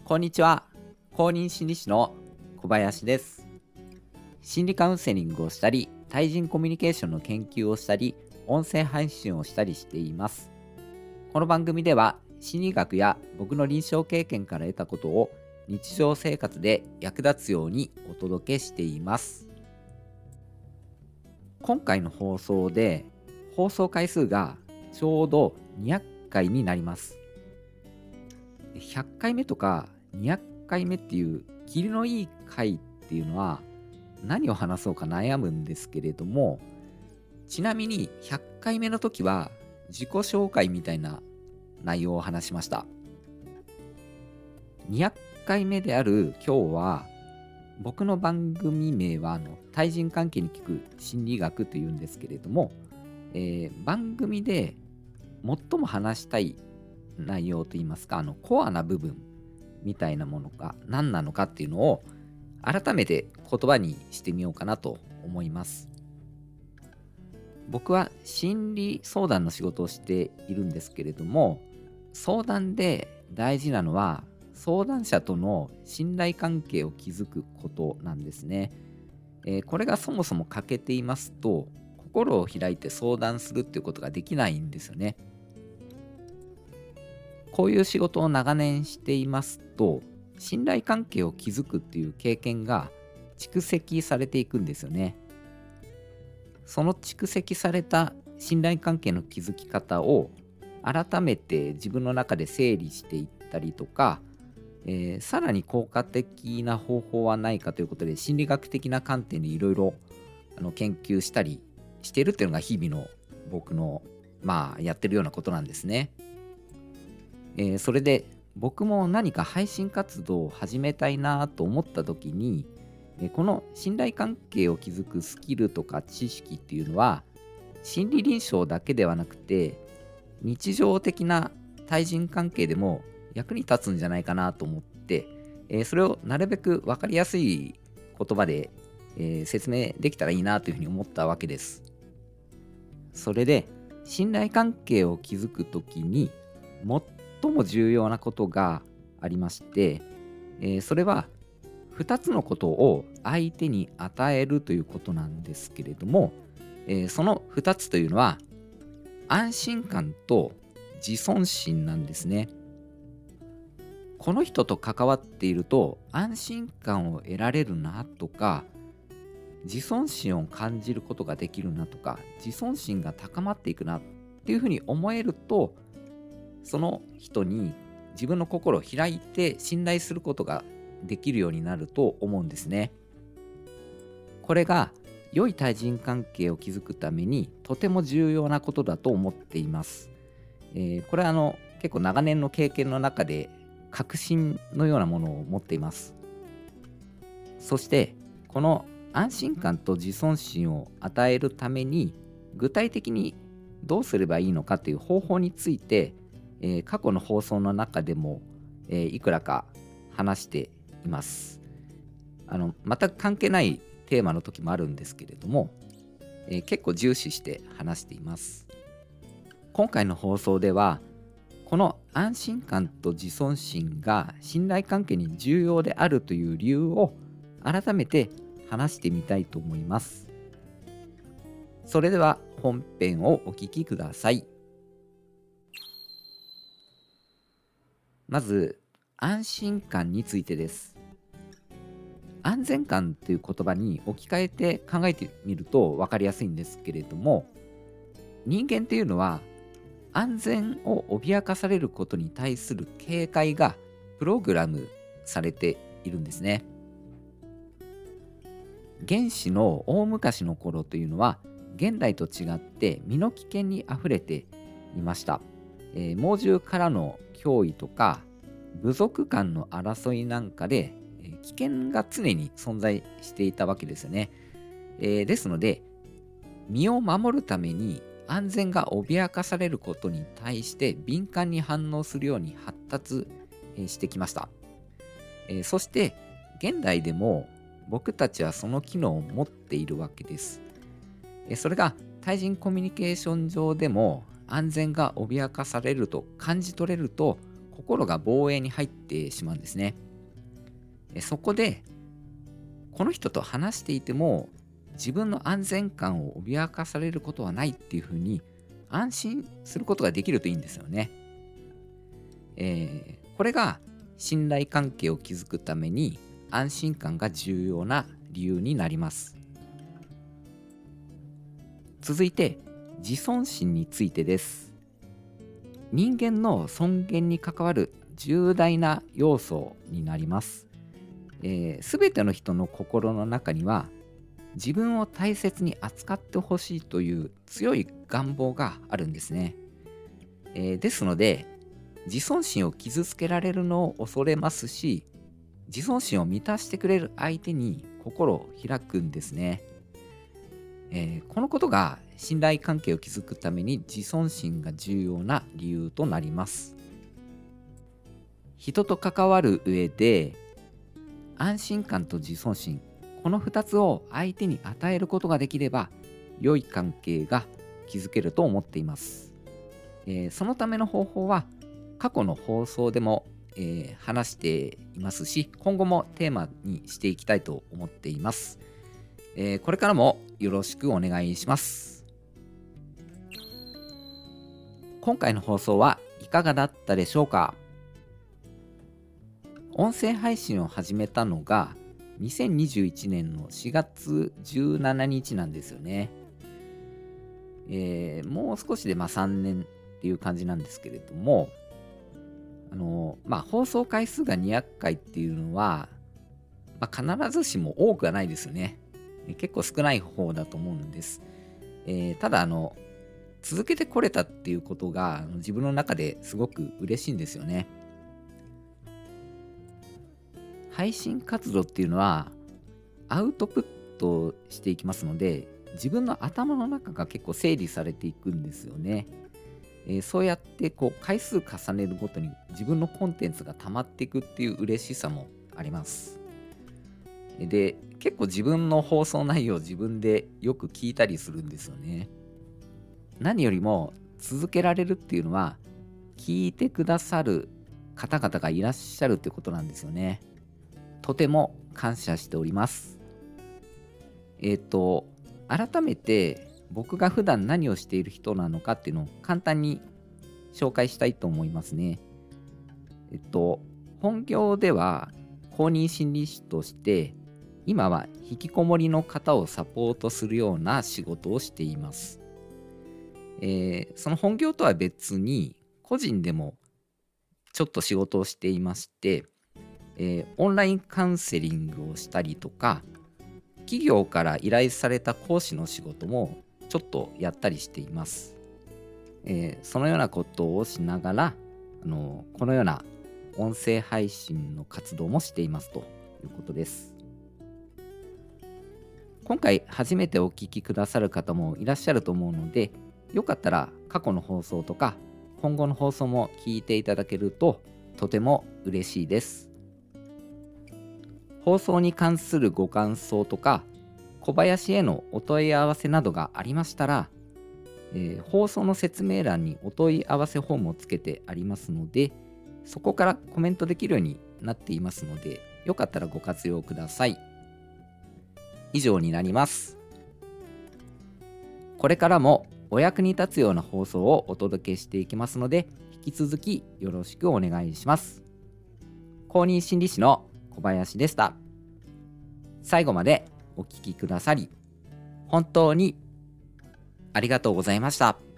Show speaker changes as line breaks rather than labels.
こんにちは。公認心理師の小林です。心理カウンセリングをしたり、対人コミュニケーションの研究をしたり、音声配信をしたりしています。この番組では、心理学や僕の臨床経験から得たことを日常生活で役立つようにお届けしています。今回の放送で、放送回数がちょうど200回になります。100回目とか200回目っていう切りのいい回っていうのは何を話そうか悩むんですけれども、ちなみに100回目の時は自己紹介みたいな内容を話しました。200回目である今日は、僕の番組名は対人関係に効く心理学というんですけれども、番組で最も話したい内容といいますか、コアな部分みたいなものが何なのかっていうのを改めて言葉にしてみようかなと思います。僕は心理相談の仕事をしているんですけれども、相談で大事なのは相談者との信頼関係を築くことなんですね。これがそもそも欠けていますと、心を開いて相談するっていうことができないんですよね。こういう仕事を長年していますと、信頼関係を築くっていう経験が蓄積されていくんですよね。その蓄積された信頼関係の築き方を改めて自分の中で整理していったりとか、さらに効果的な方法はないかということで心理学的な観点でいろいろ研究したりしているっていうのが日々の僕のやってるようなことなんですね。それで僕も何か配信活動を始めたいなと思った時に、この信頼関係を築くスキルとか知識っていうのは心理臨床だけではなくて日常的な対人関係でも役に立つんじゃないかなと思って、それをなるべく分かりやすい言葉で、説明できたらいいなというふうに思ったわけです。それで信頼関係を築くときに最も重要なことがありまして、それは2つのことを相手に与えるということなんですけれども、その2つというのは安心感と自尊心なんですね。この人と関わっていると安心感を得られるなとか、自尊心を感じることができるなとか、自尊心が高まっていくなっていうふうに思えると、その人に自分の心を開いて信頼することができるようになると思うんですね。これが良い対人関係を築くためにとても重要なことだと思っています。これは結構長年の経験の中で確信のようなものを持っています。そしてこの安心感と自尊心を与えるために具体的にどうすればいいのかという方法について、過去の放送の中でも、いくらか話しています。全く関係ないテーマの時もあるんですけれども、結構重視して話しています。今回の放送ではこの安心感と自尊心が信頼関係に重要であるという理由を改めて話してみたいと思います。それでは本編をお聞きください。まず安心感についてです。安全感という言葉に置き換えて考えてみると分かりやすいんですけれども、人間っていうのは安全を脅かされることに対する警戒がプログラムされているんですね。原始の大昔の頃というのは現代と違って身の危険にあふれていました。猛獣からの脅威とか部族間の争いなんかで危険が常に存在していたわけですよね。ですので身を守るために安全が脅かされることに対して敏感に反応するように発達してきました。そして現代でも僕たちはその機能を持っているわけです。それが対人コミュニケーション上でも安全が脅かされると感じ取れると心が防衛に入ってしまうんですね。そこでこの人と話していても自分の安全感を脅かされることはないっていうふうに安心することができるといいんですよね。これが信頼関係を築くために安心感が重要な理由になります。続いて自尊心についてです。人間の尊厳に関わる重大な要素になります。すべての人の心の中には自分を大切に扱ってほしいという強い願望があるんですね。ですので自尊心を傷つけられるのを恐れますし、自尊心を満たしてくれる相手に心を開くんですね。このことが信頼関係を築くために自尊心が重要な理由となります。人と関わる上で安心感と自尊心、この2つを相手に与えることができれば良い関係が築けると思っています。そのための方法は過去の放送でも、話していますし、今後もテーマにしていきたいと思っています。これからもよろしくお願いします。今回の放送はいかがだったでしょうか。音声配信を始めたのが2021年の4月17日なんですよね。もう少しで3年っていう感じなんですけれども、放送回数が200回っていうのは、必ずしも多くはないですよね。結構少ない方だと思うんです。ただ続けてこれたっていうことが自分の中ですごく嬉しいんですよね。配信活動っていうのはアウトプットしていきますので、自分の頭の中が結構整理されていくんですよね。そうやって回数重ねるごとに自分のコンテンツが溜まっていくっていう嬉しさもあります。で、結構自分の放送内容を自分でよく聞いたりするんですよね。何よりも続けられるっていうのは聞いてくださる方々がいらっしゃるってことなんですよね。とても感謝しております。改めて僕が普段何をしている人なのかっていうのを簡単に紹介したいと思いますね。本業では公認心理師として今は引きこもりの方をサポートするような仕事をしています。その本業とは別に個人でもちょっと仕事をしていまして、オンラインカウンセリングをしたりとか、企業から依頼された講師の仕事もちょっとやったりしています。そのようなことをしながらこのような音声配信の活動もしていますということです。今回初めてお聞きくださる方もいらっしゃると思うので、よかったら過去の放送とか今後の放送も聞いていただけるととても嬉しいです。放送に関するご感想とか小林へのお問い合わせなどがありましたら、放送の説明欄にお問い合わせフォームをつけてありますので、そこからコメントできるようになっていますので、よかったらご活用ください。以上になります。これからもお役に立つような放送をお届けしていきますので、引き続きよろしくお願いします。公認心理師の小林でした。最後までお聞きくださり本当にありがとうございました。